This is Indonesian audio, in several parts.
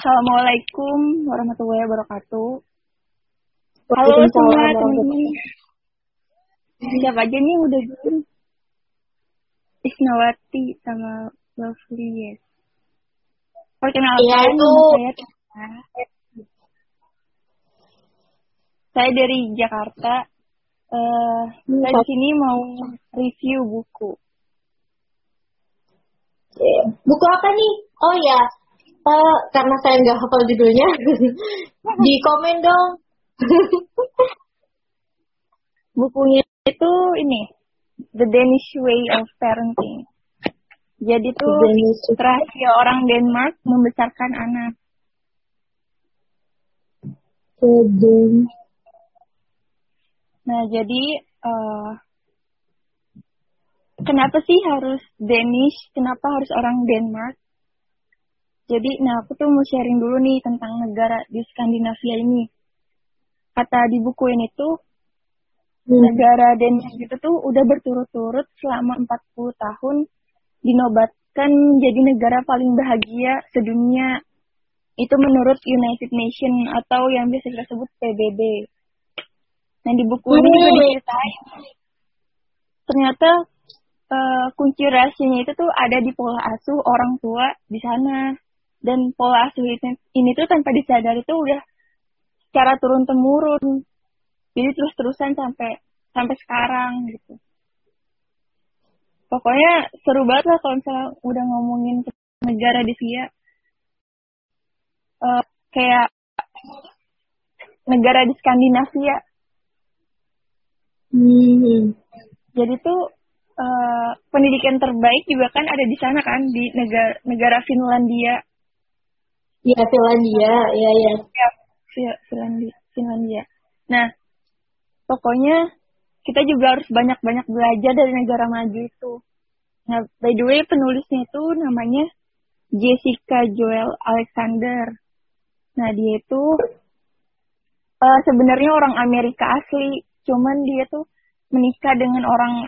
Assalamualaikum warahmatullahi wabarakatuh. Halo semua teman-teman. Siapa aja nih udah join? Isnawati sama Lovely, yes. Perkenalkan, nama saya Tessa. Saya dari Jakarta. Saya di sini mau review buku. Buku apa nih? Oh ya, karena saya nggak hafal judulnya, di komen dong. Bukunya itu ini, The Danish Way of Parenting. Jadi itu rahasia orang Denmark membesarkan anak. Nah, jadi kenapa sih harus Danish? Kenapa harus orang Denmark? Jadi, aku tuh mau sharing dulu nih tentang negara di Skandinavia ini. Kata di buku ini tuh, negara Denmark itu tuh udah berturut-turut selama 40 tahun dinobatkan menjadi negara paling bahagia sedunia. Itu menurut United Nations atau yang biasa kita sebut PBB. Nah, di buku ini juga diceritain. Ternyata kunci rahasianya itu tuh ada di pola asuh orang tua di sana. Dan pola asuh ini tuh tanpa disadari tuh udah secara turun-temurun. Jadi terus-terusan sampai sekarang gitu. Pokoknya seru banget lah kalau misalnya udah ngomongin negara di Asia. Kayak negara di Skandinavia. Jadi tuh pendidikan terbaik juga kan ada di sana kan, di negara Finlandia. Iya, Finlandia, iya. Ya, Finlandia. Nah, pokoknya kita juga harus banyak-banyak belajar dari negara maju itu. Nah, by the way, penulisnya itu namanya Jessica Joel Alexander. Nah, dia itu sebenarnya orang Amerika asli, cuman dia tuh menikah dengan orang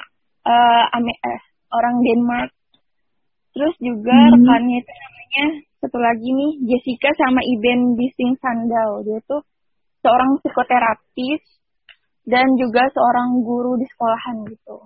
Denmark. Terus juga rekannya itu namanya satu lagi nih, Jessica sama Iben Bising Sandal. Dia tuh seorang psikoterapis dan juga seorang guru di sekolahan gitu.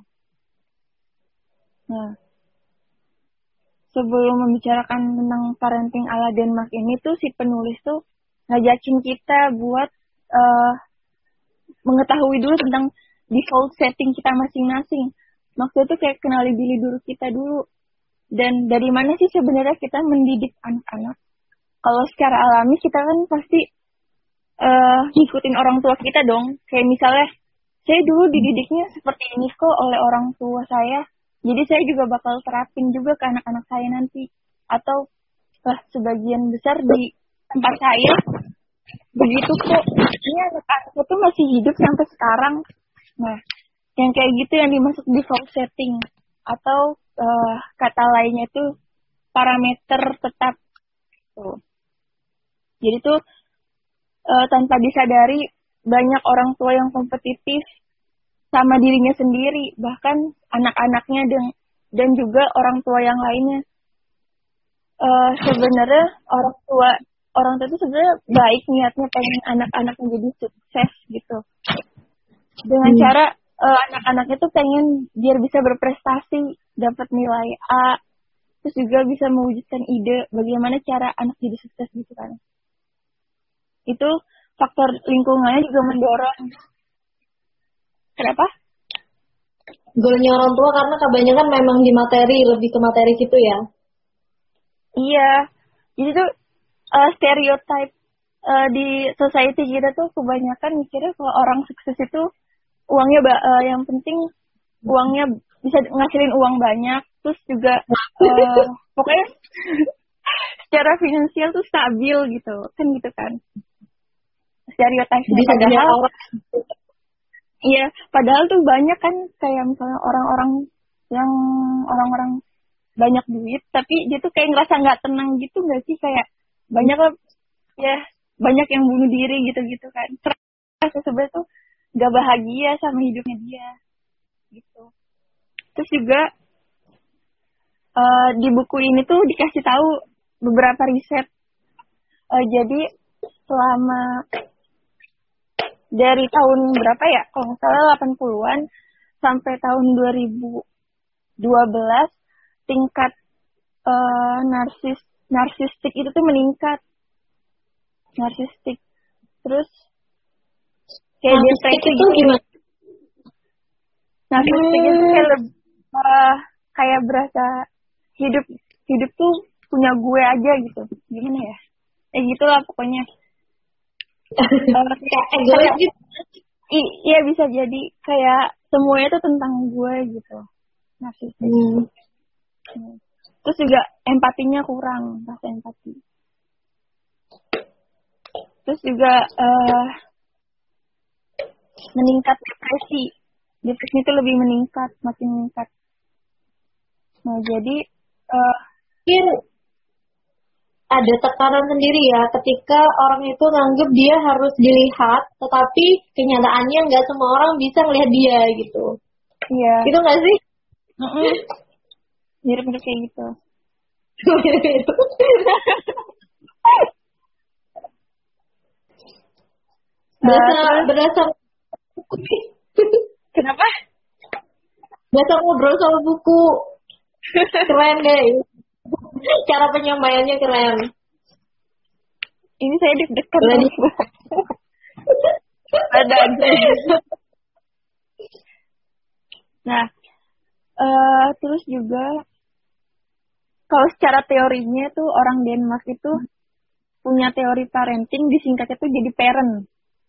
Nah, sebelum membicarakan tentang parenting ala Denmark ini tuh si penulis tuh ngajakin kita buat mengetahui dulu tentang default setting kita masing-masing. Maksudnya tuh kayak kenali diri kita dulu. Dan dari mana sih sebenarnya kita mendidik anak-anak? Kalau secara alami kita kan pasti ngikutin orang tua kita dong. Kayak misalnya, saya dulu dididiknya seperti ini kok oleh orang tua saya. Jadi saya juga bakal terapin juga ke anak-anak saya nanti. Atau sebagian besar di tempat saya, begitu kok. Ini anak-anakku tuh masih hidup sampai sekarang. Nah, yang kayak gitu yang dimaksud default setting. Atau kata lainnya itu parameter tetap. Tuh. Jadi tuh tanpa disadari banyak orang tua yang kompetitif sama dirinya sendiri, bahkan anak-anaknya dan juga orang tua yang lainnya. Sebenarnya orang tua itu sebenarnya baik niatnya pengen anak-anak menjadi sukses gitu. Dengan cara anak-anaknya tuh pengen biar bisa berprestasi, dapat nilai A, terus juga bisa mewujudkan ide bagaimana cara anak jadi sukses gitu kan. Itu faktor lingkungannya juga mendorong. Kenapa? Goalnya orang tua karena kebanyakan memang di materi, lebih ke materi gitu ya. Iya. Jadi tuh stereotype di society kita tuh kebanyakan mikirnya kalau orang sukses itu uangnya yang penting uangnya bisa ngasilin uang banyak, terus juga pokoknya secara finansial tuh stabil gitu kan stereotipnya. Padahal tuh banyak kan kayak misalnya orang-orang banyak duit tapi dia tuh kayak ngerasa nggak tenang gitu nggak sih, kayak banyak yang bunuh diri gitu kan, terus sebenarnya tuh nggak bahagia sama hidupnya dia gitu. Terus juga di buku ini tuh dikasih tahu beberapa riset Jadi selama dari tahun berapa ya? Kalau nggak salah 80-an sampai tahun 2012 tingkat narsistik itu tuh meningkat. Narsistik. Terus kayak Narsistik depresi itu gitu. gimana? Narsistik itu kayak berasa hidup tuh punya gue aja gitu. Gimana ya? Gitulah pokoknya. Kayak egois gitu. Iya bisa jadi kayak semuanya tuh tentang gue gitu. Narsistik. Terus juga empatinya kurang, rasa empati. Terus juga meningkat depresi. Depresi itu lebih meningkat, makin meningkat. Nah, jadi Mungkin ada tekanan sendiri ya ketika orang itu nganggep dia harus dilihat, tetapi kenyataannya nggak semua orang bisa ngelihat dia gitu. iya. Gitu nggak sih? Mirip-mirip kayak gitu. Berasa Kenapa? Berasa ngobrol sama buku. Keren deh. Cara penyampaiannya keren. Ini saya deg-degan sama buku. Ada aja. Nah, terus juga kalau secara teorinya tuh orang Denmark itu punya teori parenting, disingkatnya tuh jadi parent.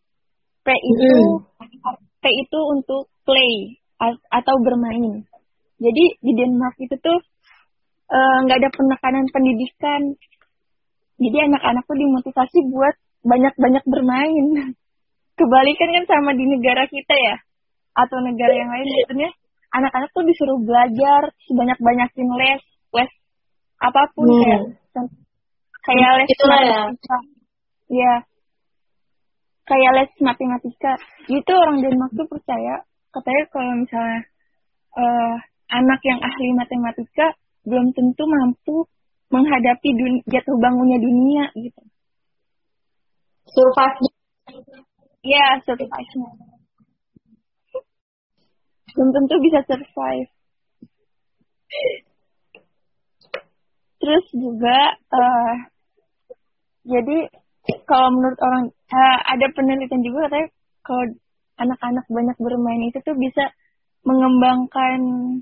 P itu untuk play atau bermain. Jadi di Denmark itu tuh nggak ada penekanan pendidikan. Jadi anak-anak tuh dimotivasi buat banyak-banyak bermain. Kebalikan kan sama di negara kita ya, atau negara yang lain, maksudnya anak-anak tuh disuruh belajar, sebanyak-banyakin les apapun kayak les matematika. Ya, kayak les matematika. Gitu orang Denmark tuh percaya, katanya kalau misalnya anak yang ahli matematika belum tentu mampu menghadapi jatuh bangunnya dunia gitu. Survive. Iya, survive. Belum tentu bisa survive. Terus juga jadi kalau menurut orang ada penelitian juga katanya kalau anak-anak banyak bermain itu tuh bisa mengembangkan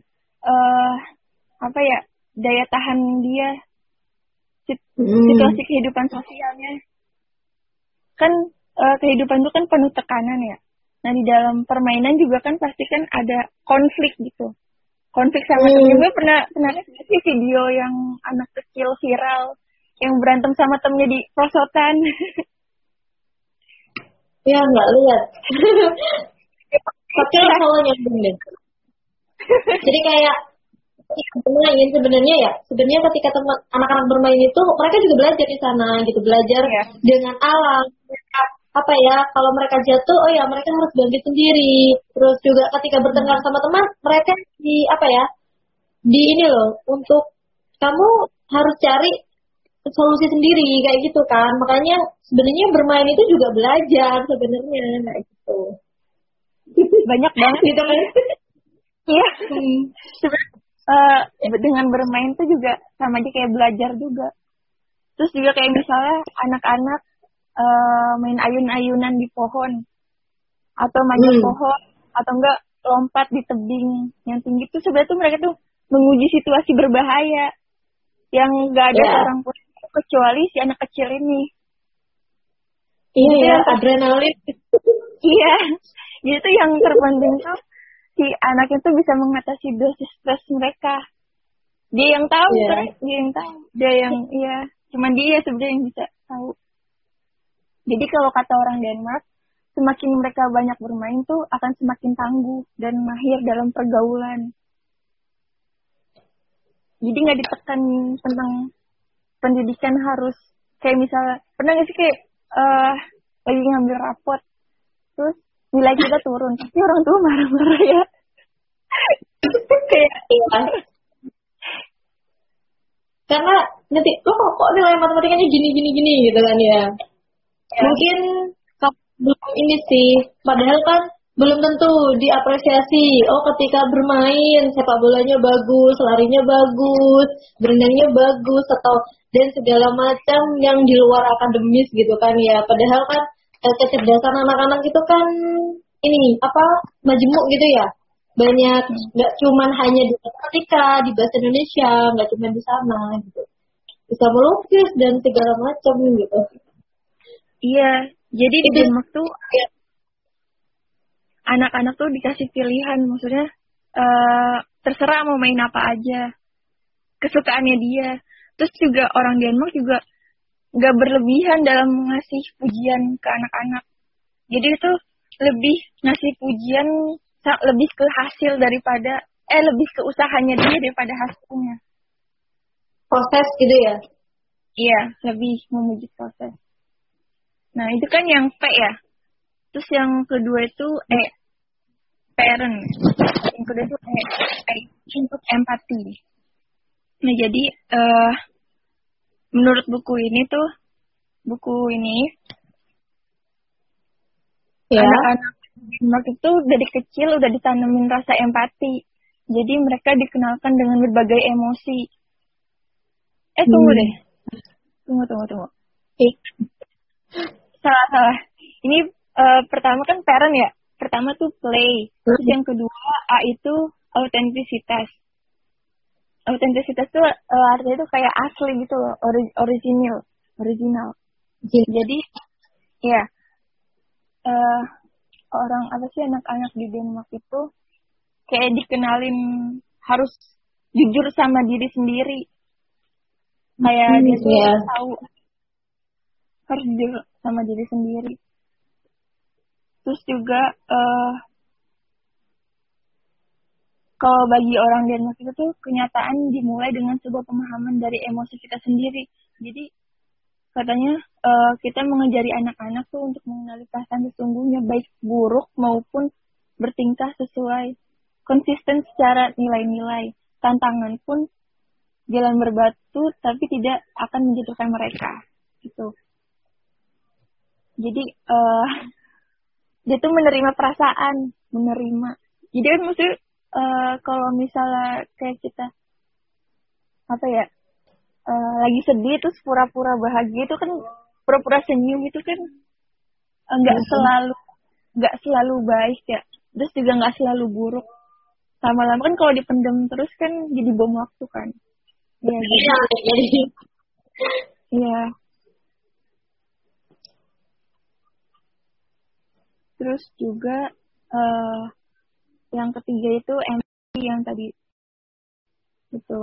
daya tahan dia, situasi kehidupan sosialnya. Kan kehidupan itu kan penuh tekanan ya. Nah di dalam permainan juga kan pasti kan ada konflik gitu. Konflik sama temen juga pernah lihat sih video yang anak kecil viral yang berantem sama temennya di prosotan. Ya nggak lihat. Tapi kalau nyambung deh. Jadi kayak bermain sebenarnya ketika anak-anak bermain itu mereka juga belajar di sana gitu, belajar dengan alam. Kalau mereka jatuh, mereka harus bangkit sendiri. Terus juga ketika bertengkar sama teman, mereka di ini loh, untuk kamu harus cari solusi sendiri kayak gitu kan. Makanya sebenarnya bermain itu juga belajar sebenarnya kayak gitu. Banyak banget gitu kan. Iya. Dengan bermain tuh juga sama aja kayak belajar juga. Terus juga kayak misalnya anak-anak main ayun-ayunan di pohon atau manjat pohon atau enggak lompat di tebing yang tinggi tuh sebenarnya tuh mereka tuh menguji situasi berbahaya yang enggak ada orang pun kecuali si anak kecil ini. Iya, adrenalin. Iya. Jadi tuh yang terpenting tuh si anak itu bisa mengatasi dosis stres mereka. Dia yang tahu kan? Cuman dia sebenarnya yang bisa tahu. Jadi kalau kata orang Denmark, semakin mereka banyak bermain tuh akan semakin tangguh dan mahir dalam pergaulan. Jadi nggak ditekan tentang pendidikan harus kayak misalnya pernah nggak sih kayak lagi ngambil rapot, terus nilai kita turun, tapi orang tua marah-marah ya. Kayak karena nanti kok nilai matematikanya gini gitu kan ya. Mungkin belum ini sih, padahal kan belum tentu diapresiasi. Oh, ketika bermain sepak bolanya bagus, larinya bagus, berenangnya bagus, atau dan segala macam yang di luar akademis gitu kan ya. Padahal kan kecerdasan anak-anak itu kan ini majemuk gitu ya. Banyak, nggak cuman hanya di matematika, di bahasa Indonesia, nggak cuma di sana gitu. Bisa melukis dan segala macam gitu. Iya, jadi di Denmark tuh anak-anak tuh dikasih pilihan, maksudnya terserah mau main apa aja, kesukaannya dia. Terus juga orang Denmark juga nggak berlebihan dalam ngasih pujian ke anak-anak. Jadi itu lebih ngasih pujian lebih ke hasil daripada lebih ke usahanya dia daripada hasilnya. Proses gitu ya? Iya, lebih memuji proses. Nah, itu kan yang P ya. Terus yang kedua itu parent. Yang kedua itu untuk empati. Nah, jadi menurut buku ini anak-anak Denmark itu dari kecil udah ditanamin rasa empati. Jadi mereka dikenalkan dengan berbagai emosi. Tunggu deh. Tunggu. Salah. Ini pertama kan parent ya. Pertama tuh play. Terus yang kedua A itu autentisitas. Autentisitas tuh artinya tuh kayak asli gitu loh, original. Jadi ya anak-anak di Denmark itu kayak dikenalin harus jujur sama diri sendiri. Kayak dia tuh tahu harus jujur sama diri sendiri. Terus juga kalau bagi orang Denmark itu tuh kenyataan dimulai dengan sebuah pemahaman dari emosi kita sendiri. Jadi katanya kita mengajari anak-anak tuh untuk mengenali perasaan sesungguhnya baik buruk maupun bertingkah sesuai konsisten secara nilai-nilai. Tantangan pun jalan berbatu tapi tidak akan menjatuhkan mereka gitu. Jadi dia tuh menerima perasaan, Jadi kan maksudnya kalau misalnya kayak kita lagi sedih terus pura-pura bahagia itu kan pura-pura senyum itu kan nggak selalu baik ya. Terus juga nggak selalu buruk. Lama-lama kan kalau dipendam terus kan jadi bom waktu kan. Iya. Iya. Terus juga yang ketiga itu empati yang tadi itu.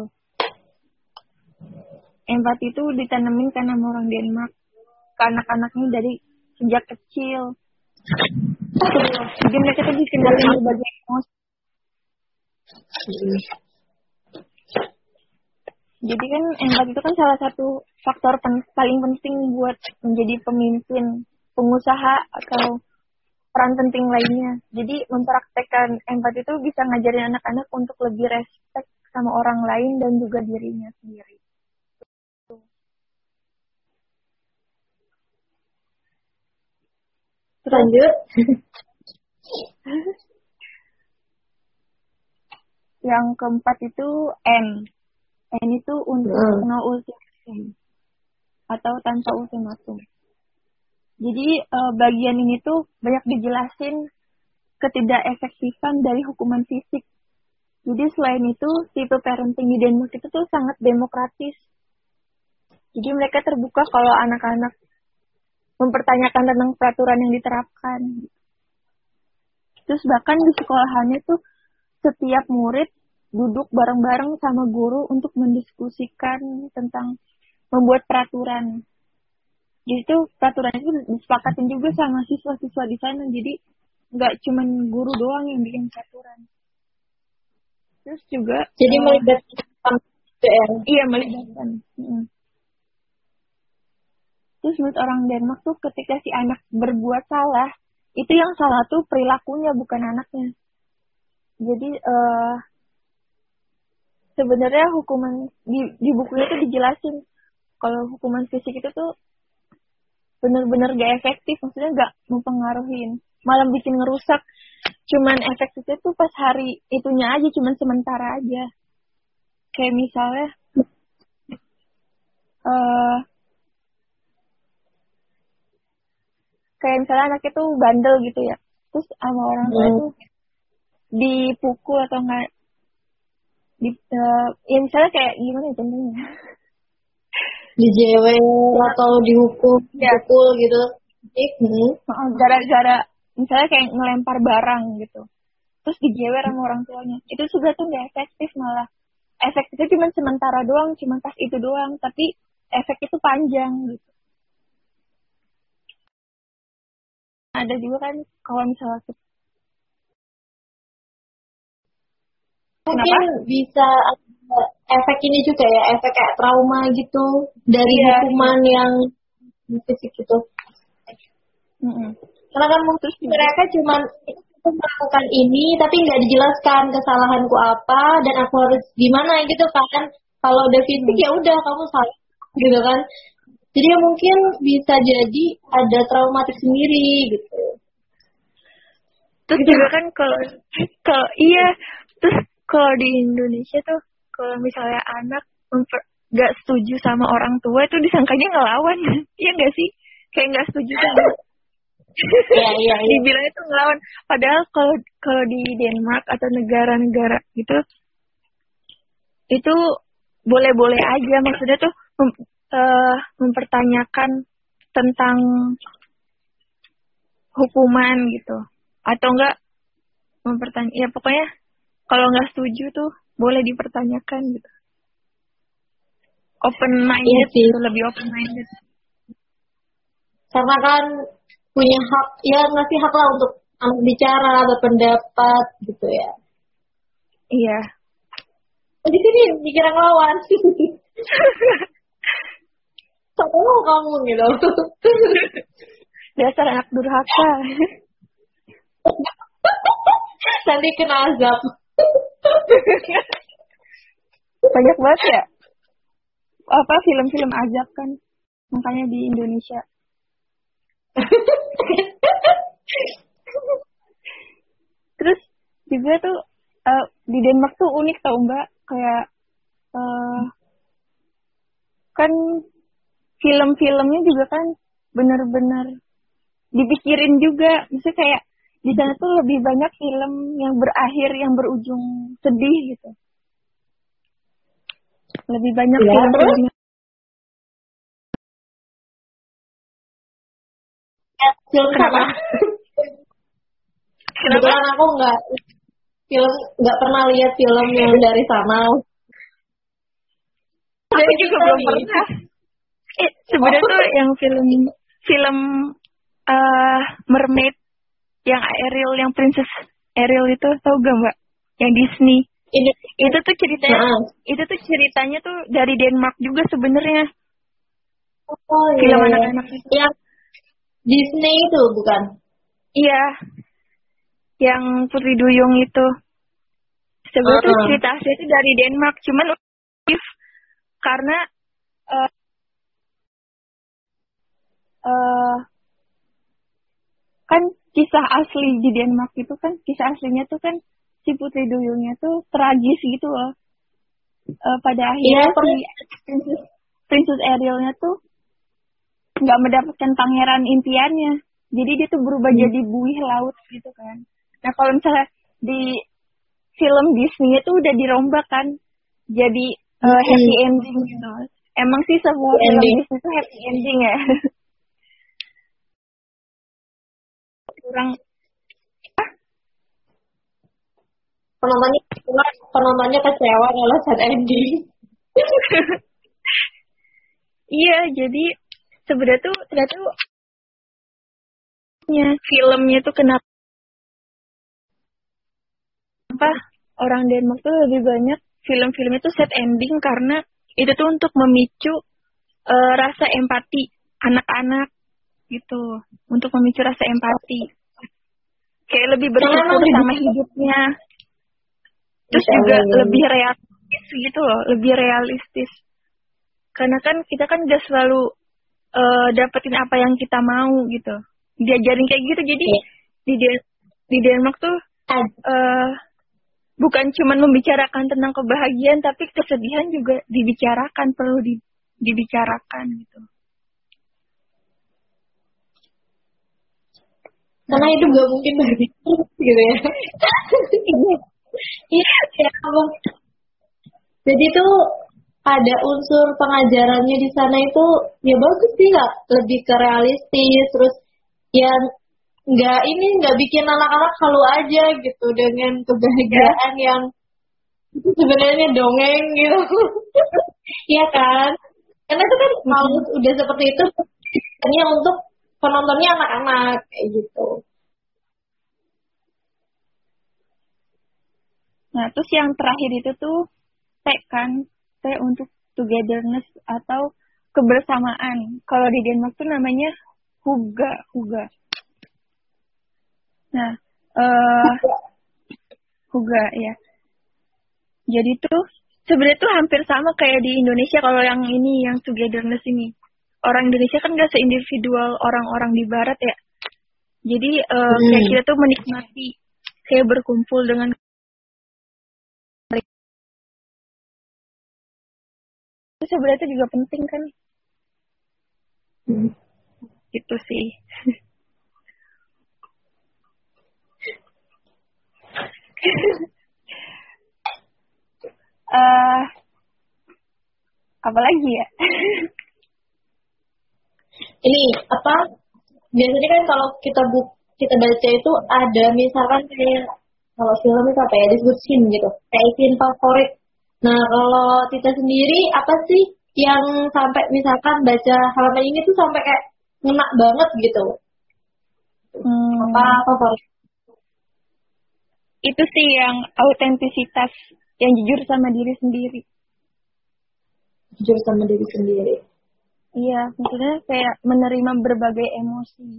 Empati itu ditanemin karena orang Denmark ke anak-anaknya dari sejak kecil. Jadi mereka tuh dikenalin berbagai emosi. Jadi kan empati itu kan salah satu faktor paling penting buat menjadi pemimpin, pengusaha atau peran penting lainnya. Jadi mempraktekkan empati itu bisa ngajarin anak-anak untuk lebih respect sama orang lain dan juga dirinya sendiri. Lanjut. Yang keempat itu N. N itu untuk no ultimatum atau tanpa ultimatum. Jadi bagian ini tuh banyak dijelasin ketidakefektifan dari hukuman fisik. Jadi selain itu tipe parenting di Denmark itu tuh sangat demokratis. Jadi mereka terbuka kalau anak-anak mempertanyakan tentang peraturan yang diterapkan. Terus bahkan di sekolahannya tuh setiap murid duduk bareng-bareng sama guru untuk mendiskusikan tentang membuat peraturan. Jadi itu peraturan itu disepakatin juga sama siswa-siswa di sana. Jadi nggak cuma guru doang yang bikin peraturan. Terus juga jadi melibatkan Iya, melibatkan. Terus menurut orang Denmark tuh ketika si anak berbuat salah, itu yang salah tuh perilakunya bukan anaknya. Jadi sebenarnya hukuman di bukunya tuh dijelasin kalau hukuman fisik itu tuh benar-benar gak efektif, maksudnya gak mempengaruhin, malah bikin ngerusak. Cuman efektifnya tuh pas hari itunya aja, cuman sementara aja. Kayak misalnya kayak misalnya anaknya tuh bandel gitu ya, terus sama orang tua tuh dipukul atau enggak ya misalnya kayak gimana ya contohnya, dijewer atau dihukum, dipukul gitu. Gara-gara misalnya kayak ngelempar barang gitu, terus dijewer sama orang tuanya, itu juga tuh nggak efektif, malah efektifnya cuma sementara doang, cuma pas itu doang, tapi efek itu panjang gitu. Ada juga kan kalau misalnya mungkin bisa ada efek ini juga ya, efek kayak trauma gitu dari hukuman yang fisik itu. Karena kan mungkin mereka cuma melakukan ini tapi nggak dijelaskan kesalahanku apa dan aku harus gimana gitu kan. Kalau udah fisik ya udah kamu salah gitu kan. Jadi mungkin bisa jadi ada traumatik sendiri gitu. Terus gitu. Juga kan kalau iya, terus kalau di Indonesia tuh kalau misalnya anak nggak setuju sama orang tua itu disangkanya ngelawan. Iya nggak sih? Kayak nggak setuju sama. Iya. Dibilangnya tuh ngelawan. Padahal kalau di Denmark atau negara-negara gitu itu boleh-boleh aja, maksudnya tuh mempertanyakan tentang hukuman gitu, atau enggak ya pokoknya kalau nggak setuju tuh boleh dipertanyakan gitu. Open minded gitu, lebih open minded. Karena kan punya hak, ya ngasih hak lah untuk anak bicara, berpendapat gitu ya. Iya. Di sini dikira ngelawan. Sama kamu gitu. Dasar anak durhaka. Nanti kena azab. Banyak banget ya apa film-film azab kan, makanya di Indonesia. Terus juga tuh di Denmark tuh unik tau Mbak, kayak kan film-filmnya juga kan benar-benar dipikirin juga, misalnya kayak di sana tuh lebih banyak film yang berakhir yang berujung sedih gitu. Lebih banyak film-film film sama. Kebetulan aku nggak pernah lihat film yang dari sana. Aku juga belum pernah. Sebenarnya tuh yang film Mermaid yang Ariel, yang Princess Ariel itu, tau gak Mbak? Yang Disney. Itu tuh ceritanya tuh dari Denmark juga sebenarnya. Oh, film anak-anak itu. Yang Disney itu bukan? Iya. Yang Putri Duyung itu. Sebenarnya tuh cerita asli itu dari Denmark, cuman karena kan kisah asli di Denmark itu kan, kisah aslinya tuh kan si Putri Duyungnya tuh tragis gitu loh. Pada akhirnya Princess Arielnya tuh nggak mendapatkan pangeran impiannya, jadi dia tuh berubah jadi buih laut gitu kan. Nah kalau misalnya di film Disney itu udah dirombak kan jadi happy ending gitu. Emang sih semua film Disney itu happy ending ya. Kurang penontonnya kecewa kalau sad ending. Iya, jadi sebenarnya tuh ternyata filmnya tuh kenapa orang Denmark tuh lebih banyak film-film itu sad ending, karena itu tuh untuk memicu rasa empati anak-anak gitu, untuk memicu rasa empati, kayak lebih bersyukur sama hidupnya, terus juga lebih gitu loh, lebih realistis. Karena kan kita kan gak selalu dapetin apa yang kita mau gitu. Diajarin kayak gitu, jadi di Denmark tuh bukan cuma membicarakan tentang kebahagiaan, tapi kesedihan juga dibicarakan, perlu dibicarakan gitu. Karena hidup gak mungkin bahagia gitu ya. Iya, ya. Jadi tuh ada unsur pengajarannya di sana itu ya bagus sih, nggak lebih ke realistis, terus ya nggak bikin anak-anak halu aja gitu dengan kebahagiaan yang sebenarnya dongeng gitu. Iya kan? Karena itu kan kalau udah seperti itu hanya untuk penontonnya anak-anak kayak gitu. Nah, terus yang terakhir itu tuh T kan, T untuk togetherness atau kebersamaan. Kalau di Denmark tuh namanya Huga. Nah, Huga ya. Jadi tuh sebenarnya tuh hampir sama kayak di Indonesia kalau yang ini, yang togetherness ini. Orang Indonesia kan gak seindividual orang-orang di Barat ya. Jadi kayak kita tuh menikmati kayak berkumpul dengan itu sebenarnya itu juga penting kan. Itu sih. Apa lagi ya? Ini apa? Biasanya kan kalau kita baca itu ada misalkan kayak kalau film itu apa ya, disebut scene gitu, kayak scene favorit. Nah kalau Tita sendiri apa sih yang sampai misalkan baca halaman ini tuh sampai kayak ngena banget gitu? Apa favorit? Itu sih yang autentisitas, yang jujur sama diri sendiri. Jujur sama diri sendiri. Iya, maksudnya kayak menerima berbagai emosi.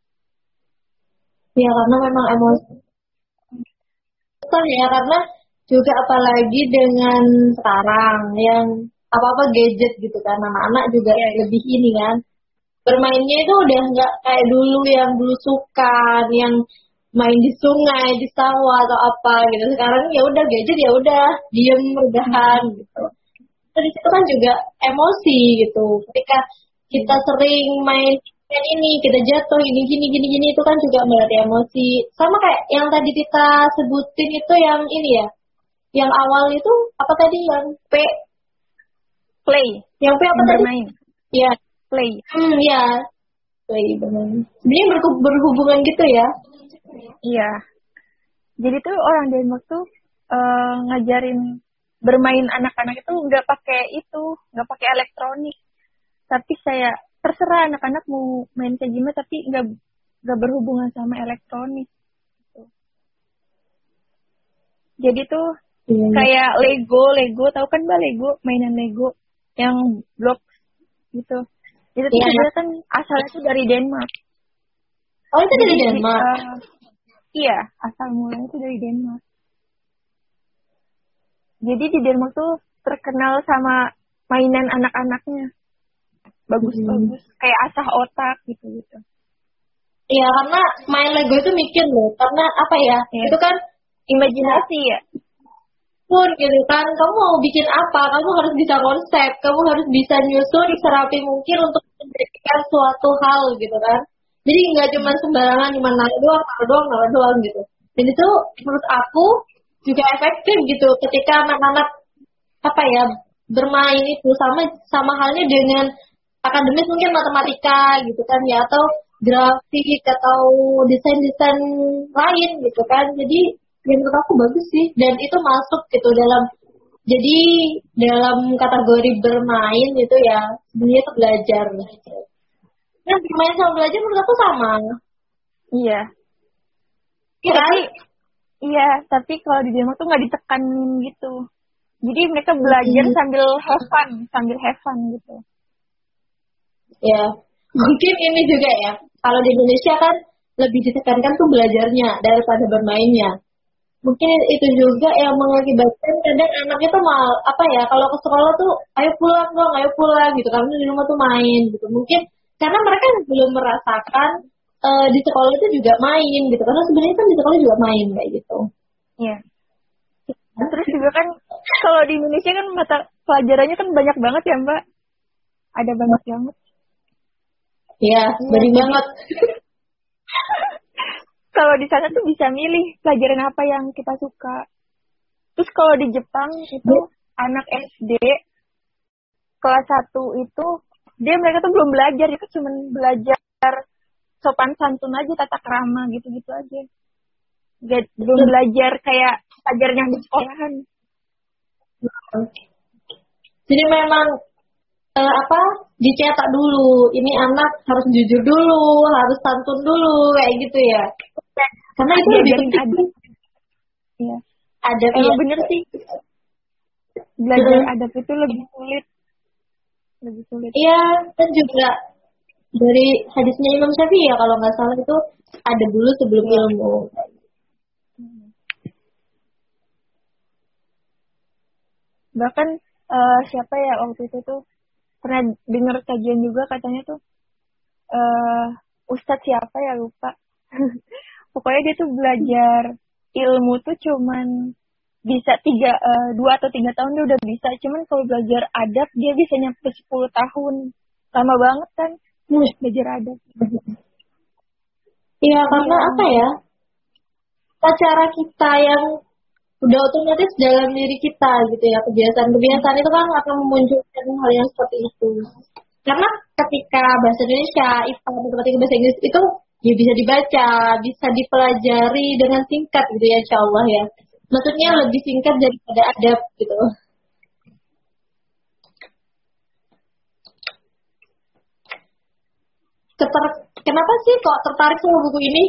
Ya karena memang emosi. Betul ya, karena juga apalagi dengan sekarang yang apa-apa gadget gitu kan, anak-anak juga lebih ini kan. Bermainnya itu udah nggak kayak dulu yang belusukan, yang main di sungai, di sawah atau apa gitu. Sekarang ya udah gadget, ya udah diem rebahan gitu. Di situ kan juga emosi gitu. Ketika kita sering main ini, kita jatuh gini itu kan juga melatih emosi. Sama kayak yang tadi kita sebutin itu yang ini ya. Yang awal itu apa tadi, yang play. Yang P apa tadi? Bermain. Ya, play. Ya. Play bermain. Sebenarnya berhubungan gitu ya. Iya. Jadi tuh orang Denmark tuh ngajarin bermain anak-anak itu nggak pakai elektronik, tapi saya terserah anak-anak mau main kayak gimana, tapi nggak berhubungan sama elektronik. Gitu. Jadi tuh kayak Lego, tahu kan Mbak Lego, mainan Lego yang blok gitu. Itu tuh sebenarnya kan asalnya tuh dari Denmark. Oh itu dari Denmark? Iya, asal mulanya itu dari Denmark. Jadi di Denmark tuh terkenal sama mainan anak-anaknya. Bagus-bagus. Kayak asah otak gitu-gitu. Iya, karena main Lego itu mikir loh. Karena apa ya, itu kan imajinasi ya. Pun gitu kan, kamu mau bikin apa, kamu harus bisa konsep. Kamu harus bisa nyusun serapi mungkin untuk menjadikan suatu hal gitu kan. Jadi nggak cuma sembarangan, cuma naruh doang gitu. Dan itu menurut aku juga efektif gitu ketika anak-anak apa ya bermain itu sama halnya dengan akademis, mungkin matematika gitu kan ya, atau grafik atau desain lain gitu kan. Jadi yang menurut aku bagus sih, dan itu masuk gitu dalam kategori bermain itu ya, sebenarnya itu belajar. Nah bermain sama belajar menurut aku sama. Iya. Tapi kalau di Denmark tuh nggak ditekanin gitu. Jadi mereka belajar sambil have fun gitu. Ya, mungkin ini juga ya. Kalau di Indonesia kan lebih ditekankan tuh belajarnya daripada bermainnya. mungkin itu juga yang mengakibatkan kadang anaknya tuh mal apa ya, kalau ke sekolah tuh ayo pulang dong, ayo pulang gitu, karena di rumah tuh main gitu. Mungkin karena mereka belum merasakan di sekolah itu juga main gitu, karena sebenarnya kan di sekolah juga main kayak gitu. Iya. Terus juga kan kalau di Indonesia kan mata pelajarannya kan banyak banget ya Mbak. Ada banyak banget. Iya, banyak banget. Kalau di sana tuh bisa milih pelajaran apa yang kita suka. Terus kalau di Jepang itu anak SD kelas 1 itu mereka tuh belum belajar, itu cuma belajar sopan santun aja, tata krama gitu-gitu aja. Belum belajar kayak pelajaran yang di sekolahan. Jadi memang dicetak dulu, ini anak harus jujur dulu, harus santun dulu kayak gitu ya. Karena itu lebih penting. Iya. Adab emang ya. Bener sih. Belajar adab itu lebih sulit. Iya, kan juga dari hadisnya Imam Syafi'i ya kalau nggak salah itu adab dulu sebelum ilmu. Bahkan siapa ya waktu itu tuh pernah dengar kajian juga, katanya tuh ustadz siapa ya lupa. Pokoknya dia tuh belajar ilmu tuh cuman bisa 2 atau 3 tahun dia udah bisa. Cuman kalau belajar adab dia bisa nyampe 10 tahun. Lama banget kan belajar adab. Iya, karena apa ya? Cara kita yang udah otomatis dalam diri kita gitu ya, kebiasaan itu kan akan memunculkan hal yang seperti itu. Karena ketika bahasa Indonesia, IPA, matematika, bahasa Inggris itu ya bisa dibaca, bisa dipelajari dengan singkat gitu ya, insya Allah ya. Maksudnya lebih singkat daripada adab gitu. Kenapa sih kok tertarik sama buku ini?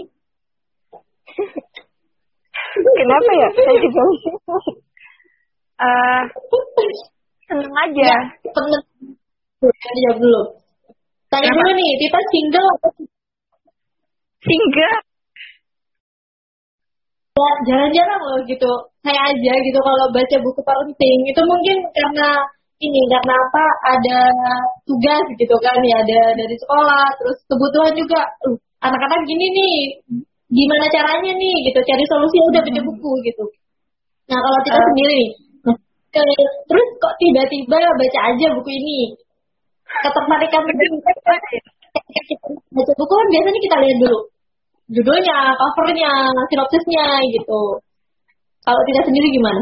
Kenapa ya? Saya juga seneng aja. Ya, seneng. Ya belum. Tanya dulu nih, Tita single atau single? Ya, jarang-jarang loh gitu. Saya aja gitu kalau baca buku parenting itu mungkin karena apa, ada tugas gitu kan ya, ada dari sekolah, terus kebutuhan juga. Anak-anak gini nih, gimana caranya nih gitu, cari solusi udah baca buku gitu. Nah kalau kita sendiri, terus kok tiba-tiba baca aja buku ini, ketertarikan baca buku kan biasanya kita lihat dulu judulnya, covernya, sinopsisnya gitu. Kalau Tita sendiri gimana?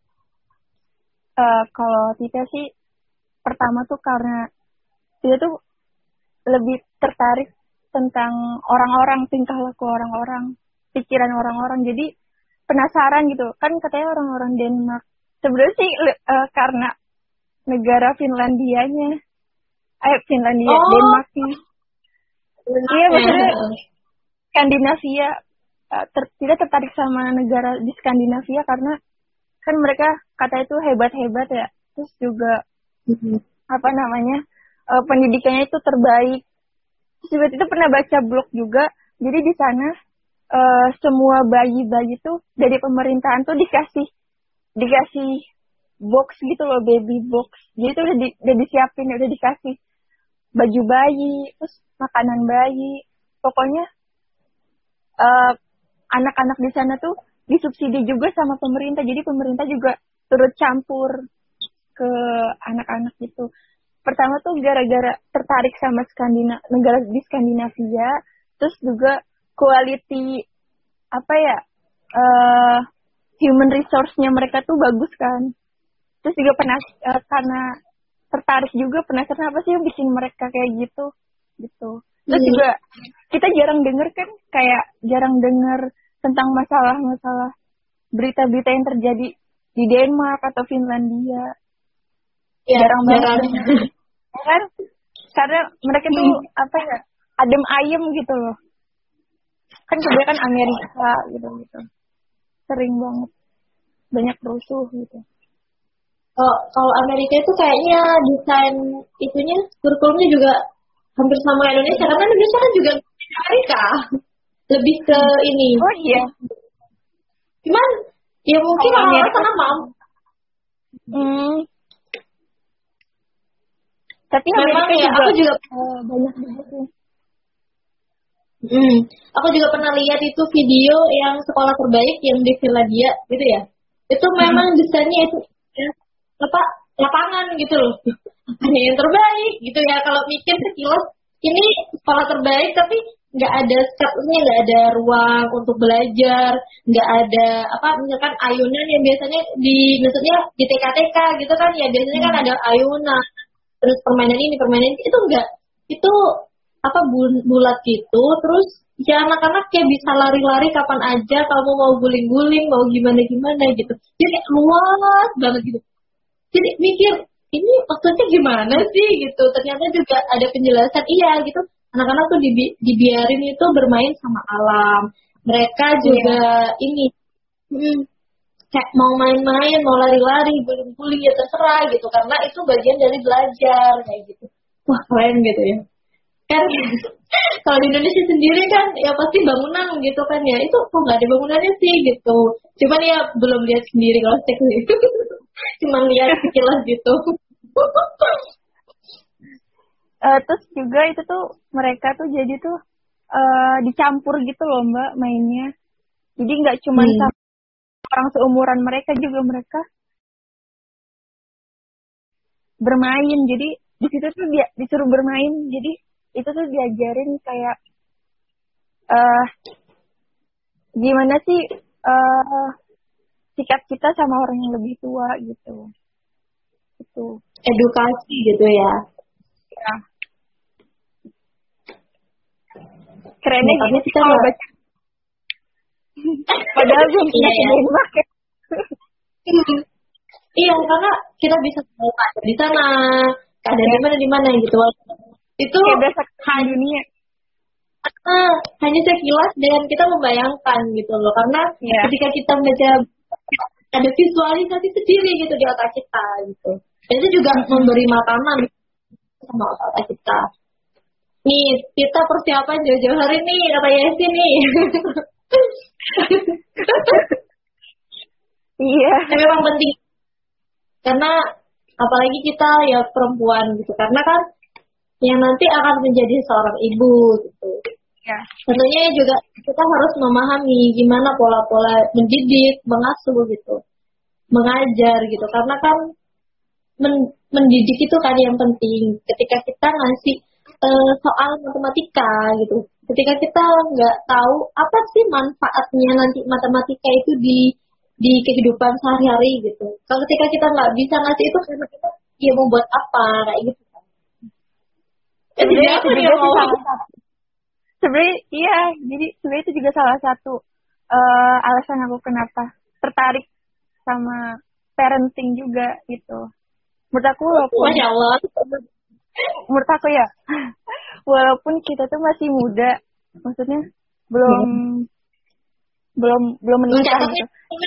Kalau Tita sih pertama tuh karena Tita tuh lebih tertarik tentang orang-orang, tingkah laku orang-orang, pikiran orang-orang. Jadi penasaran gitu. Kan katanya orang-orang Denmark. Sebenarnya sih karena negara Finlandianya. Denmark sih. Iya, maksudnya Skandinavia. Tidak tertarik sama negara di Skandinavia karena kan mereka kata itu hebat-hebat ya. Terus juga pendidikannya itu terbaik. Terus juga itu pernah baca blog juga. Jadi di sana semua bayi-bayi tuh dari pemerintahan tuh dikasih box gitu loh, baby box. Jadi itu udah disiapin, udah dikasih baju bayi, terus makanan bayi. Pokoknya anak-anak di sana tuh disubsidi juga sama pemerintah. Jadi pemerintah juga turut campur ke anak-anak gitu. Pertama tuh gara-gara tertarik sama negara di Skandinavia, terus juga quality human resource-nya mereka tuh bagus kan. Terus juga karena tertarik juga, penasaran apa sih yang bikin mereka kayak gitu. Terus juga kita jarang dengar tentang masalah-masalah berita-berita yang terjadi di Denmark atau Finlandia. Ya, jarang banget. Kan? Karena mereka tuh adem ayem gitu loh. Kan kebanyakan Amerika gitu. Sering banget banyak rusuh gitu. Kalau Amerika itu kayaknya desain itunya, kurikulumnya juga hampir sama Indonesia. Karena Indonesia kan juga Amerika. Lebih ke ini. Oh iya. Cuman ya mungkin orang-orang sana mampu. Tapi memang ya juga, aku juga banyak begitu. Aku juga pernah lihat itu video yang sekolah terbaik yang di Finlandia gitu ya. Itu memang desainnya itu ya, apa lapangan gitu loh. Hanya yang terbaik gitu ya. Kalau mikir sekilas ini sekolah terbaik tapi nggak ada skatnya, nggak ada ruang untuk belajar, nggak ada apa misalkan ayunan yang biasanya maksudnya di TK-TK gitu kan ya biasanya kan ada ayunan, terus permainan ini itu enggak, itu apa bulat gitu, terus ya anak-anak kayak bisa lari-lari kapan aja, kamu mau guling-guling, mau gimana-gimana gitu, jadi luas banget gitu. Jadi mikir ini maksudnya gimana sih gitu, ternyata juga ada penjelasan iya gitu. Anak-anak tuh dibiarin itu bermain sama alam. Mereka juga ini kayak mau main-main, mau lari-lari, guling-guling ya terserah gitu. Karena itu bagian dari belajar kayak gitu. Wah keren gitu ya. Kan kalau di Indonesia sendiri kan ya pasti bangunan gitu kan ya. Itu kok nggak ada bangunannya sih gitu. Cuman ya belum lihat sendiri kalau teknik itu. Cuman lihat sekilas gitu. Terus juga itu tuh mereka tuh jadi tuh dicampur gitu loh Mbak mainnya. Jadi nggak cuma sama orang seumuran mereka, juga mereka bermain. Jadi di situ tuh dia disuruh bermain. Jadi itu tuh diajarin kayak gimana sih sikap kita sama orang yang lebih tua gitu. Itu edukasi gitu ya. Ya. Kerennya tapi gitu kalau baca. Padahal belum pernah cobain pakai. Iya, karena kita bisa tahu keadaan di sana, keadaan di mana gitu. Itu hanya dunia. Hanya sekilas dan kita membayangkan gitu loh, karena ketika kita baca ada visualisasi sendiri gitu di otak kita gitu. Dan itu juga memberi makanan sama otak kita. Nih, kita persiapan jauh-jauh hari nih, kata Yesi nih. Iya. Tapi memang penting. Karena apalagi kita ya perempuan gitu. Karena kan yang nanti akan menjadi seorang ibu gitu. Ya. Tentunya juga kita harus memahami gimana pola-pola mendidik, mengasuh gitu. Mengajar gitu. Karena kan mendidik itu kan yang penting. Ketika kita ngasih soal matematika gitu. Ketika kita nggak tahu apa sih manfaatnya nanti matematika itu di kehidupan sehari-hari gitu. Kalau ketika kita nggak bisa ngasih itu karena kita ya mau buat apa kayak gitu. Sebenarnya itu juga salah satu. Sebenarnya iya, jadi sebenarnya itu juga salah satu alasan aku kenapa tertarik sama parenting juga gitu. Menurut aku walaupun Masya Allah. Menurut aku ya, walaupun kita tuh masih muda, maksudnya belum menikah gitu.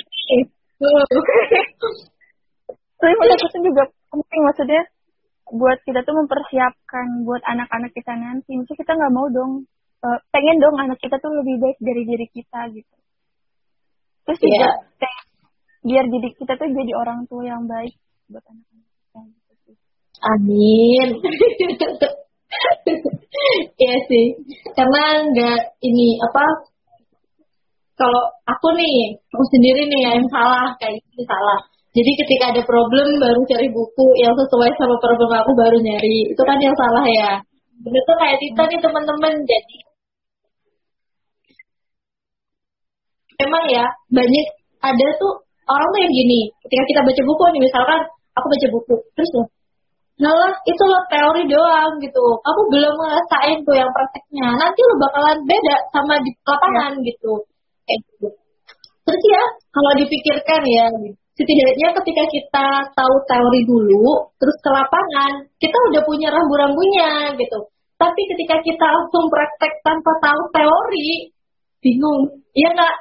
Tapi menurut aku tuh juga penting, maksudnya buat kita tuh mempersiapkan buat anak-anak kita nanti. Maksudnya kita nggak mau dong, pengen dong anak kita tuh lebih baik dari diri kita gitu. Terus juga biar jadi kita tuh jadi orang tua yang baik buat anak-anak kita. Amin. Iya sih, karena nggak ini apa? Kalau aku sendiri nih yang salah kayak gitu salah. Jadi ketika ada problem baru cari buku yang sesuai sama problem aku baru nyari. Itu kan yang salah ya. Bener tuh kayak kita nih teman-teman. Jadi memang ya banyak ada tuh orang tuh yang gini. Ketika kita baca buku nih misalkan aku baca buku terus loh. Nah itu loh teori doang gitu. Kamu belum ngerasain tuh yang prakteknya. Nanti lo bakalan beda sama di lapangan gitu. Gitu. Terus ya kalau dipikirkan ya, setidaknya ketika kita tahu teori dulu, terus ke lapangan, kita udah punya rambu-rambunya gitu. Tapi ketika kita langsung praktek tanpa tahu teori, bingung, iya nggak?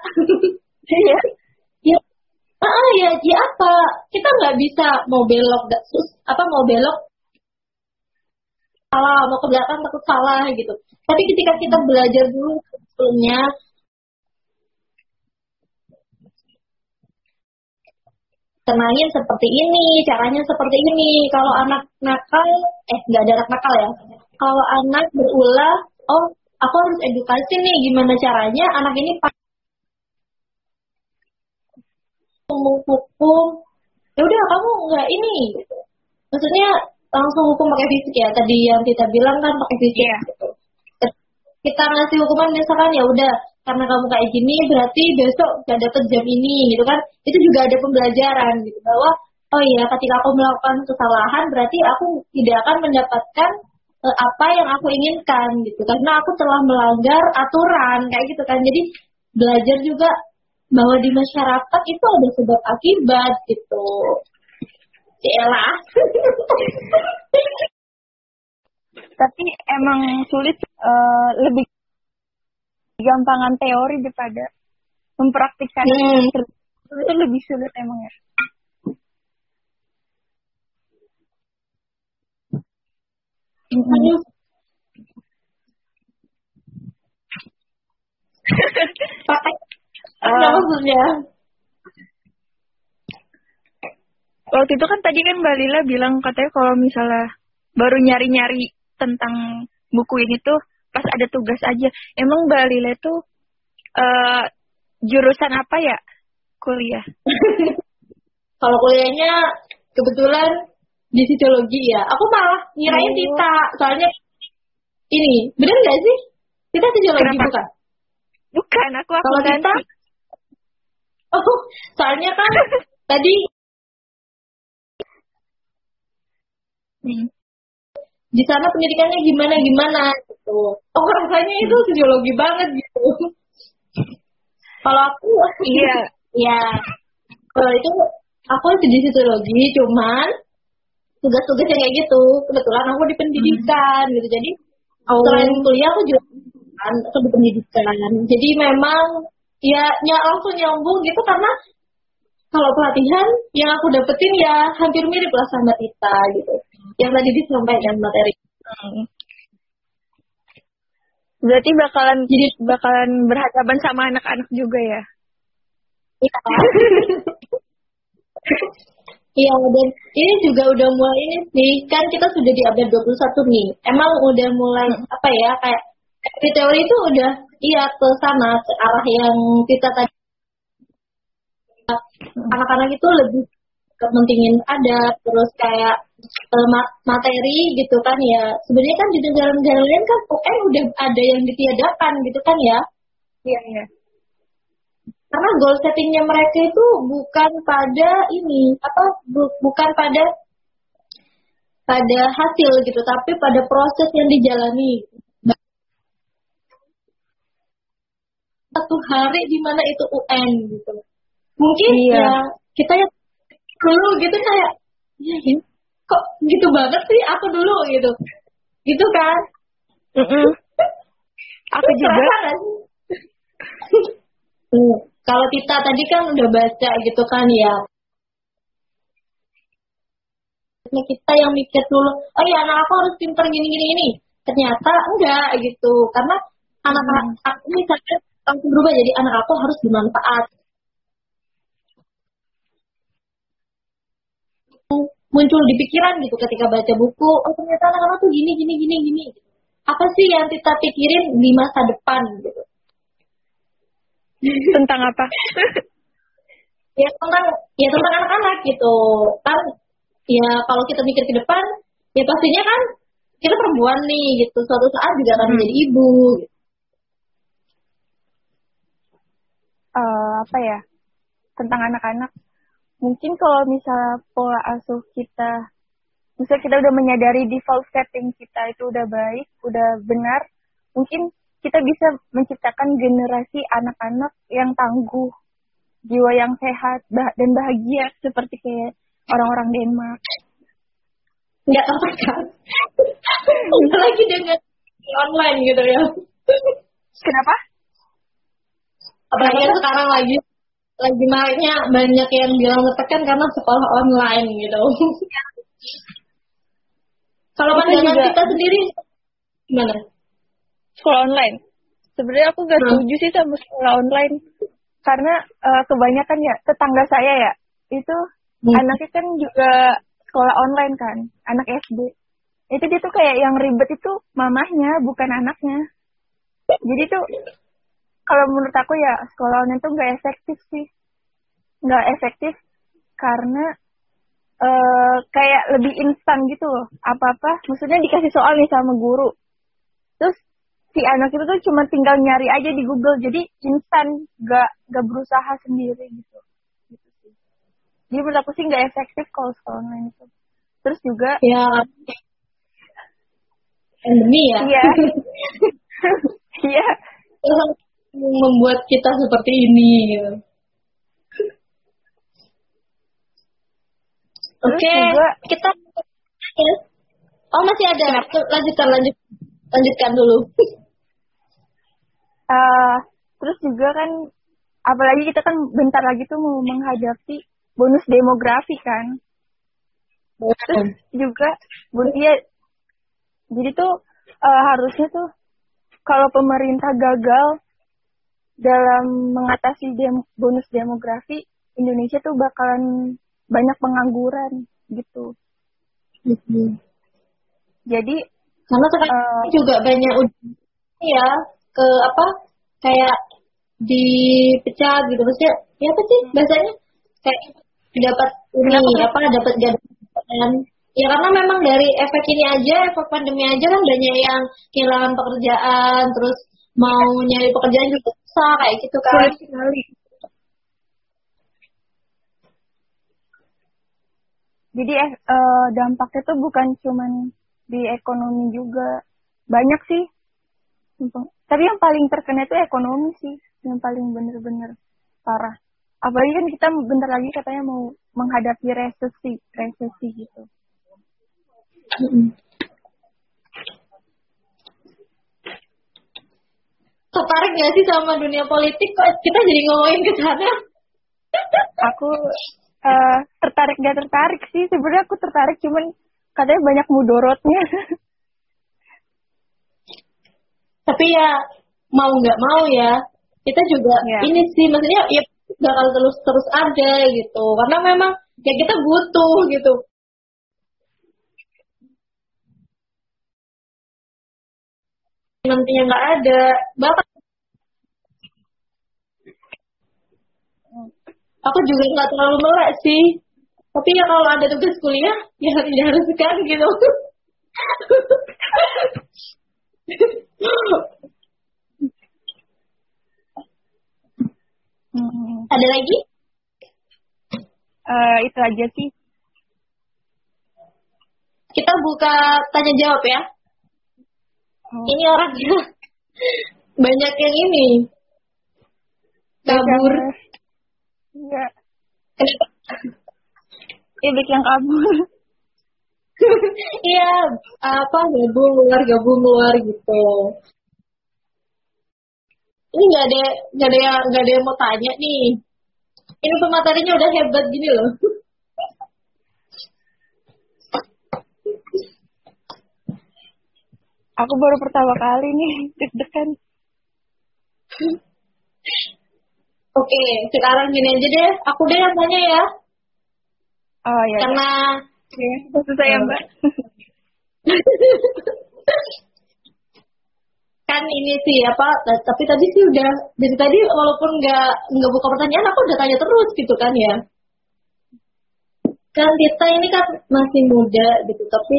Ya apa? Kita nggak bisa mau belok salah, mau ke belakang takut salah gitu. Tapi ketika kita belajar dulu sebelumnya, tenangin seperti ini, caranya seperti ini. Kalau anak nakal, nggak ada anak nakal ya. Kalau anak berulah, oh aku harus edukasi nih gimana caranya anak ini hukum. Ya udah kamu nggak ini. Gitu. Maksudnya langsung hukum pakai fisik ya. Tadi yang kita bilang kan pakai fisik. Iya. Gitu. Kita ngasih hukuman misalkan ya udah karena kamu kayak gini berarti besok gak dapet jam ini gitu kan, itu juga ada pembelajaran gitu bahwa oh iya ketika aku melakukan kesalahan berarti aku tidak akan mendapatkan apa yang aku inginkan gitu karena aku telah melanggar aturan kayak gitu kan. Jadi belajar juga bahwa di masyarakat itu ada sebab akibat gitu. Yalah. Tapi emang sulit, lebih gampangan teori daripada mempraktikkan. Itu lebih sulit emang ya. Apa maksudnya? Waktu itu kan tadi kan Mbak Lila bilang katanya kalau misalnya baru nyari-nyari tentang buku ini tuh pas ada tugas aja. Emang Mbak Lila tuh jurusan apa ya kuliah? Kalau kuliahnya kebetulan di psikologi ya. Aku malah ngirain Tita. Soalnya ini, bener nggak sih? Tita psikologi. Kenapa? Bukan? Bukan, aku kalau Tita. Oh, soalnya kan tadi di sana pendidikannya gimana gitu. Oh rasanya itu psikologi banget gitu. Kalau aku iya, ya. Kalau itu aku di psikologi, cuman tugas-tugasnya kayak gitu. Kebetulan aku di pendidikan gitu. Jadi selain kuliah aku juga aku di pendidikan. Jadi memang ya langsung nyambung gitu karena kalau pelatihan yang aku dapetin ya hampir mirip lah sama Tita gitu. Yang tadi disampaikan materi. Berarti bakalan berhadapan sama anak-anak juga ya? Iya. Iya, dan ini juga udah mulai ini sih, kan kita sudah di abad 21 nih. Emang udah mulai apa ya, kayak teori itu udah ke sana, ke arah yang kita tadi. Anak-anak itu lebih kepentingin adab, terus kayak materi gitu kan ya. Sebenarnya kan di negara-negara lain kan UN udah ada yang ditiadakan gitu kan ya. Iya, iya. Karena goal settingnya mereka itu bukan pada ini, bukan pada hasil gitu, tapi pada proses yang dijalani. Satu hari di mana itu UN gitu. Mungkin ya kita ya dulu gitu kayak ya kok gitu banget sih aku dulu gitu. Gitu kan? Aku juga. Kalau Tita tadi kan udah baca gitu kan ya. Kita yang mikir dulu, oh ya anak aku harus pinter gini. Ternyata enggak gitu. Karena anak-anak misalnya langsung berubah jadi anak aku harus bermanfaat. Muncul di pikiran gitu ketika baca buku, oh ternyata anak-anak tuh gini. Apa sih yang kita pikirin di masa depan gitu. Tentang apa? ya tentang anak-anak gitu. Kan ya kalau kita mikir ke depan, ya pastinya kan kita perempuan nih gitu. Suatu saat juga akan menjadi ibu gitu. Apa ya? Tentang anak-anak. Mungkin kalau misalnya pola asuh kita, misalnya kita udah menyadari default setting kita itu udah baik, udah benar, mungkin kita bisa menciptakan generasi anak-anak yang tangguh, jiwa yang sehat dan bahagia seperti kayak orang-orang Denmark. Nggak apa kan? Lagi dengan online gitu ya. Kenapa? Apalagi sekarang lagi banyak yang bilang ngetekan karena sekolah online gitu. Kalau pandangan kita sendiri gimana? Sekolah online. Sebenarnya aku gak setuju sih sama sekolah online. Karena kebanyakan ya tetangga saya ya, itu anaknya kan juga sekolah online kan, anak SD. Itu dia tuh kayak yang ribet itu mamahnya, bukan anaknya. Jadi tuh kalau menurut aku ya sekolah online tuh nggak efektif sih. Nggak efektif karena kayak lebih instan gitu loh. Apa-apa, maksudnya dikasih soal nih sama guru. Terus si anak itu tuh cuma tinggal nyari aja di Google. Jadi instan, nggak berusaha sendiri gitu. Gitu sih. Jadi menurut aku sih nggak efektif kalau sekolah online itu. Terus juga Ya, pandemi ya. iya. Iya. Membuat kita seperti ini gitu. Oke, juga, kita masih ada. Lanjutkan dulu. Terus juga kan apalagi kita kan bentar lagi tuh mau menghadapi bonus demografi kan. Terus juga ya, jadi tuh harusnya tuh kalau pemerintah gagal dalam mengatasi bonus demografi, Indonesia tuh bakalan banyak pengangguran gitu. Jadi karena sekarang juga banyak ya ke kayak dipecat gitu, maksudnya ya apa sih bahasanya, kayak dapat dapat jabatan ya, karena memang dari efek ini aja, efek pandemi aja kan banyak yang kehilangan pekerjaan, terus mau nyari pekerjaan juga susah kayak gitu kan. Sulit sekali. Jadi dampaknya tuh bukan cuman di ekonomi juga, banyak sih. Tapi yang paling terkena itu ekonomi sih, yang paling bener-bener parah. Apalagi kan kita bentar lagi katanya mau menghadapi resesi gitu. Tertarik nggak sih sama dunia politik? Kok kita jadi ngomongin ke sana? Aku tertarik gak tertarik sih. Sebenarnya aku tertarik, cuman katanya banyak mudorotnya. Tapi ya mau nggak mau ya, kita juga ini sih, maksudnya ya bakal terus ada gitu. Karena memang ya kita butuh gitu. Nantinya nggak ada, bapak. Aku juga nggak terlalu melek sih. Tapi ya kalau ada tugas kuliah, ya diharuskan gitu. Ada lagi? Itu aja sih. Kita buka tanya jawab ya. Ini orangnya banyak yang ini kabur. Iya. Banyak yang kabur. Iya, gabung luar gitu. Ini nggak ada yang mau tanya nih. Ini pematerinya udah hebat gini loh. Aku baru pertama kali nih deg-degan. Oke, sekarang gini aja deh. Aku deh yang tanya ya. Oh ya. Karena maksud saya Mbak. Kan ini sih tapi tadi sih udah dari tadi walaupun nggak buka pertanyaan, aku udah tanya terus gitu kan ya. Kan kita ini kan masih muda gitu, tapi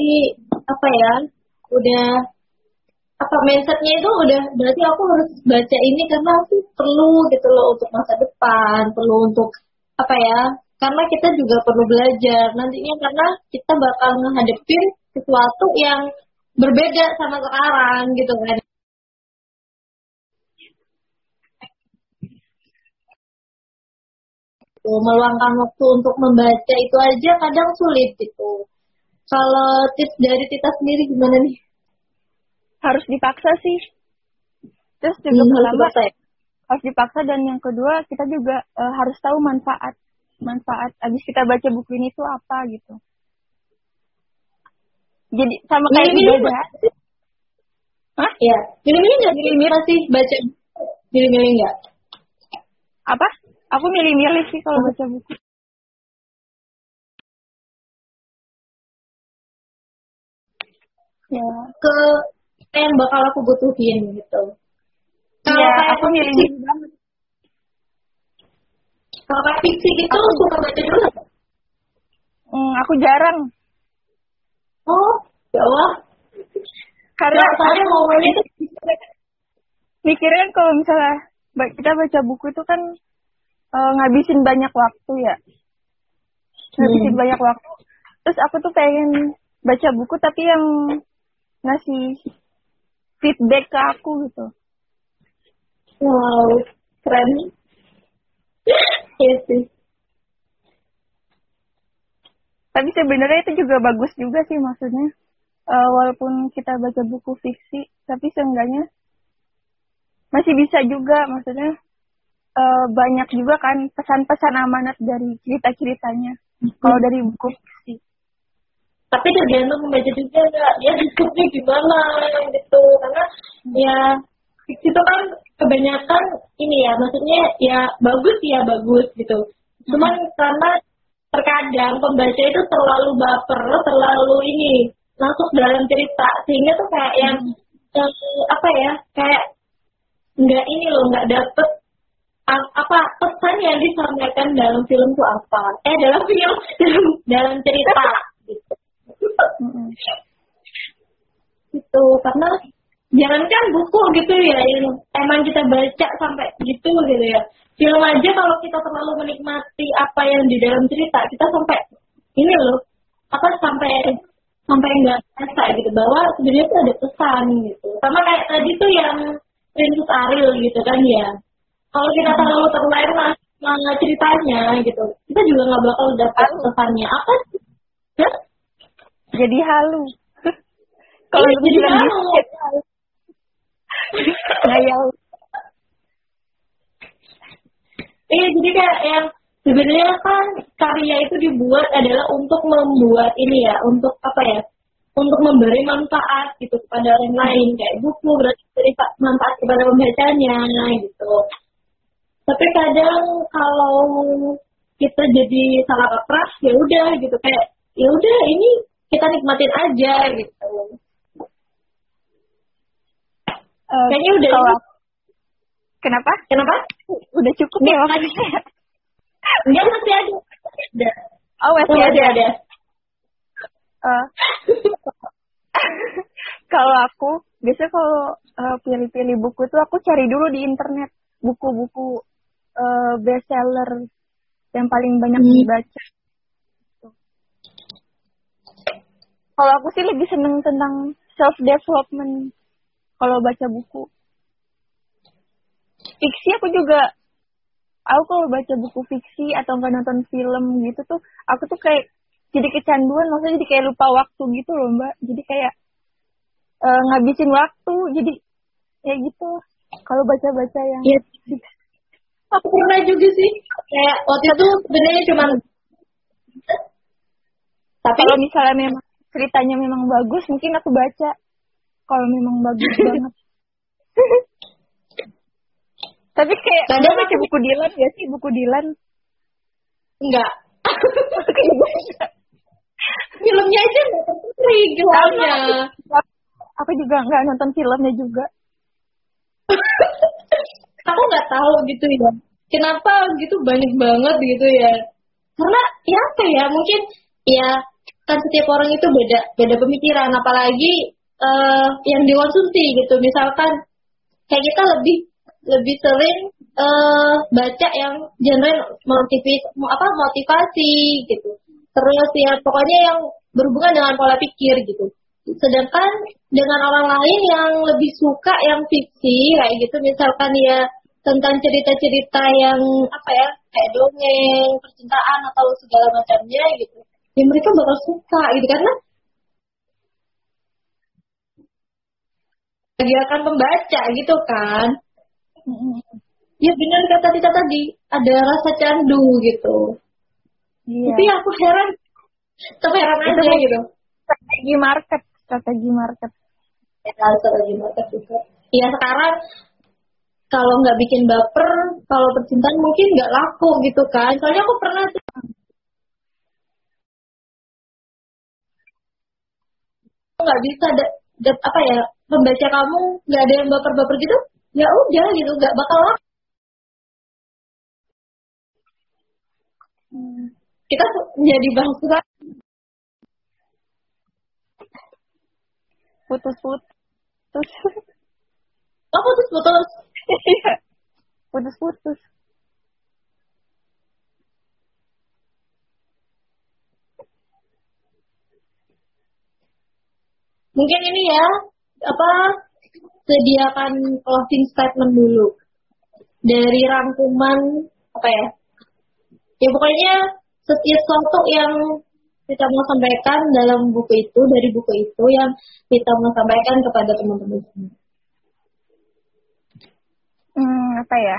udah mindsetnya itu udah berarti aku harus baca ini karena aku perlu gitu loh untuk masa depan, perlu untuk karena kita juga perlu belajar nantinya, karena kita bakal menghadapin sesuatu yang berbeda sama sekarang gitu kan. Meluangkan waktu untuk membaca itu aja kadang sulit gitu. Kalau tips dari Tita sendiri gimana nih? Harus dipaksa sih. Terus juga harus dipaksa, dan yang kedua kita juga harus tahu manfaat abis kita baca buku ini tuh apa gitu. Jadi sama kayak ibadah. Hah? Ya, milih-milih nggak? Milih sih baca. Milih-milih nggak? Apa? Aku milih-milih sih kalau baca buku. Ya. ke yang bakal aku butuhin gitu. Kalau Iya, kayak aku milih fiksi, banget. kalau kayak fiksi gitu suka baca dulu nggak? Aku jarang. Oh, ya Allah. Karena Soalnya aku momennya tuh mikirnya kalau misalnya kita baca buku itu kan ngabisin banyak waktu ya. Ngabisin banyak waktu. Terus aku tuh pengen baca buku tapi yang ngasih feedback ke aku gitu. wow, keren. Iya sih. Tapi sebenarnya itu juga bagus juga sih maksudnya. Walaupun kita baca buku fiksi, tapi seenggaknya masih bisa juga maksudnya banyak juga kan pesan-pesan amanat dari cerita-ceritanya. Kalau dari buku fiksi. Tapi tergantung membaca juga nggak, dia diskusinya gimana gitu. Karena ya fiksi itu kan kebanyakan ini ya, maksudnya ya bagus gitu. Cuman karena terkadang pembaca itu terlalu baper, terlalu ini masuk dalam cerita, sehingga tuh kayak yang apa ya, kayak nggak ini loh, nggak dapet apa pesan yang disampaikan dalam film tuh apa? Dalam film, dalam cerita gitu. Gitu, karena jangankan buku gitu ya, yang emang kita baca sampai gitu ya. Film aja kalau kita terlalu menikmati apa yang di dalam cerita, kita sampai ini loh, apa sampai nggak selesai gitu, bahwa sebenarnya itu ada pesan gitu. Sama kayak tadi tuh yang Princess Ariel gitu kan ya. Kalau kita terlalu terlena sama ceritanya gitu, kita juga nggak bakal dapat pesannya apa sih? Ya? Jadi halu. Kalau jadi halu. Ngayal. Jadi kayak yang sebenarnya kan karya itu dibuat adalah untuk membuat ini ya, untuk apa ya? Untuk memberi manfaat gitu kepada orang lain, kayak buku berarti memberi manfaat kepada pembacanya gitu. Tapi kadang kalau kita jadi salah kaprah, ya udah gitu, kayak ya udah ini kita nikmatin aja gitu. Kayaknya udah. Kenapa? Udah cukup ya waktunya. Enggak, masih ada. Oh, masih ada. Kalau aku biasanya kalau pilih-pilih buku tuh aku cari dulu di internet buku-buku bestseller yang paling banyak dibaca. Kalau aku sih lebih seneng tentang self development kalau baca buku. Fiksi aku kalau baca buku fiksi atau nggak nonton film gitu tuh, aku tuh kayak jadi kecanduan, maksudnya jadi kayak lupa waktu gitu loh Mbak. Jadi kayak ngabisin waktu, jadi kayak gitu. Kalau baca-baca yang fiksi. Aku pernah juga sih, kayak waktu itu sebenarnya cuma. Tapi kalau misalnya memang ceritanya memang bagus, mungkin aku baca. Kalau memang bagus banget. Tapi kayak kadang baca buku Dylan ya sih, buku Dylan? Enggak. Filmnya aja nggak tertarik soalnya. Aku juga nggak nonton filmnya juga. Aku nggak tahu gitu ya. Kenapa gitu banyak banget gitu ya? Karena ya apa ya, mungkin ya kan setiap orang itu beda pemikiran, apalagi yang dikonsumsi gitu. Misalkan kayak kita lebih sering baca yang genre motivasi gitu. Terus ya pokoknya yang berhubungan dengan pola pikir gitu. Sedangkan dengan orang lain yang lebih suka yang fiksi kayak gitu, misalkan ya tentang cerita-cerita yang apa ya, kayak dongeng, percintaan atau segala macamnya gitu. Ya mereka bakal suka gitu karena kegiatan pembaca gitu kan. Ya benar kata Tita tadi, ada rasa candu gitu. Iya. Tapi aku heran aja gitu. Strategi market. Ya, strategi market juga. Ya sekarang kalau nggak bikin baper, kalau percintaan mungkin nggak laku gitu kan. Soalnya aku pernah tuh nggak bisa apa ya, pembaca kamu nggak ada yang baper-baper gitu, ya udah gitu, nggak bakal laku. Kita jadi bahas juga. Putus-putus. Oh, putus-putus. Iya, putus-putus. Mungkin ini ya, apa, sediakan closing statement dulu dari rangkuman apa ya? Ya pokoknya setiap sesuatu yang kita mau sampaikan dalam buku itu, dari buku itu yang kita mau sampaikan kepada teman-teman semua. Apa ya?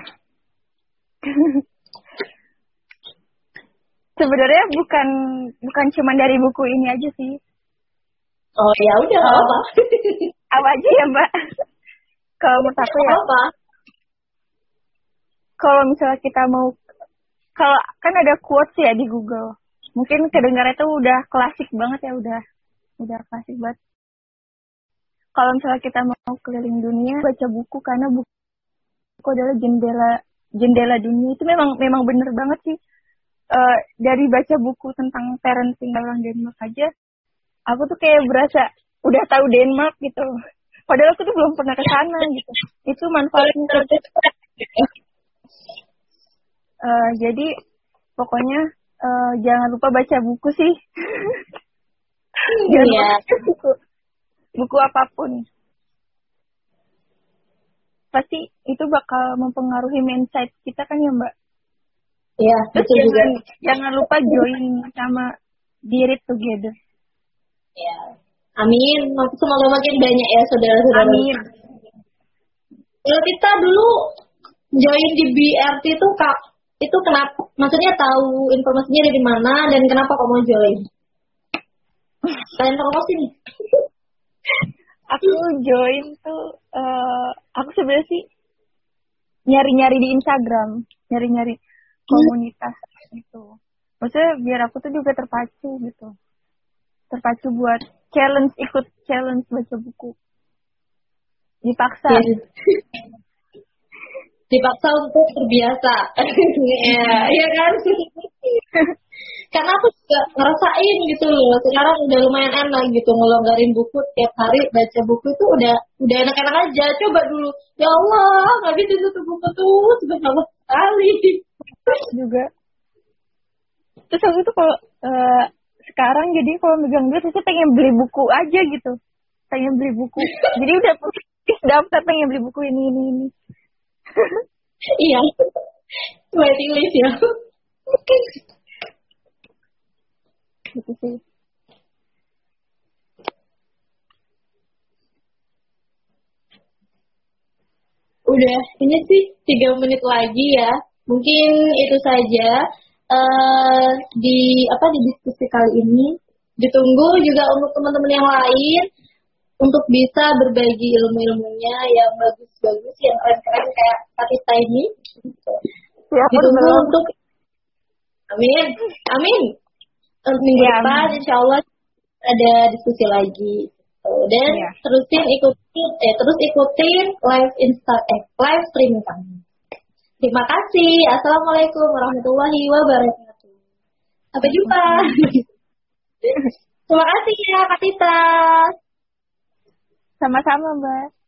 Sebenarnya bukan cuma dari buku ini aja sih. Oh ya udah, apa? Apa aja ya Mbak? Kalau menurut aku ya. Apa? Kalau misalnya kita mau, kalau kan ada quotes ya di Google. Mungkin kedengarannya tuh udah klasik banget ya, udah klasik banget. Kalau misalnya kita mau keliling dunia, baca buku, karena buku adalah jendela dunia. Itu memang bener banget sih. Dari baca buku tentang parenting orang Denmark aja, aku tuh kayak berasa udah tahu Denmark gitu. Padahal aku tuh belum pernah ke sana gitu. Itu manfaatnya. Jadi pokoknya jangan lupa baca buku sih. Jangan lupa baca buku apapun. Pasti itu bakal mempengaruhi mindset kita kan ya Mbak. Iya, betul juga. Jangan lupa join sama Read Together. Ya. Amin. Semoga makin banyak ya saudara-saudara. Amin. Kalau kita dulu join di BRT itu kenapa? Maksudnya tahu informasinya dari mana dan kenapa kok mau join? Kalian promosi nih. Aku join tuh, aku sebenarnya sih nyari-nyari di Instagram, nyari-nyari komunitas gitu. Maksudnya biar aku tuh juga terpacu gitu. Terpacu buat ikut challenge baca buku. Dipaksa. Yes. Dipaksa untuk terbiasa. Iya kan? Karena aku juga ngerasain gitu loh. Sekarang udah lumayan enak gitu ngelonggarin buku tiap hari, baca buku itu udah enak-enak aja. Coba dulu. Ya Allah, ngabisin satu buku tuh sudah lama sekali. Juga. Terus aku tuh kalau sekarang jadi kalau megang duit saya pengen beli buku aja gitu. Pengen beli buku. Jadi udah daftar pengen beli buku ini. Iya. Waiting list ya. Gitu sih. Udah, ini sih 3 menit lagi ya. Mungkin itu saja di diskusi kali ini. Ditunggu juga untuk teman-teman yang lain untuk bisa berbagi ilmu-ilmunya yang bagus-bagus, yang keren-keren kayak Katista ini. Ya, ditunggu untuk Amin. Minggu depan insya Allah ada diskusi lagi. Dan terus ikutin live streaming kami. Terima kasih. Assalamualaikum warahmatullahi wabarakatuh. Sampai jumpa. Terima kasih ya Kak Tita. Sama-sama Mbak.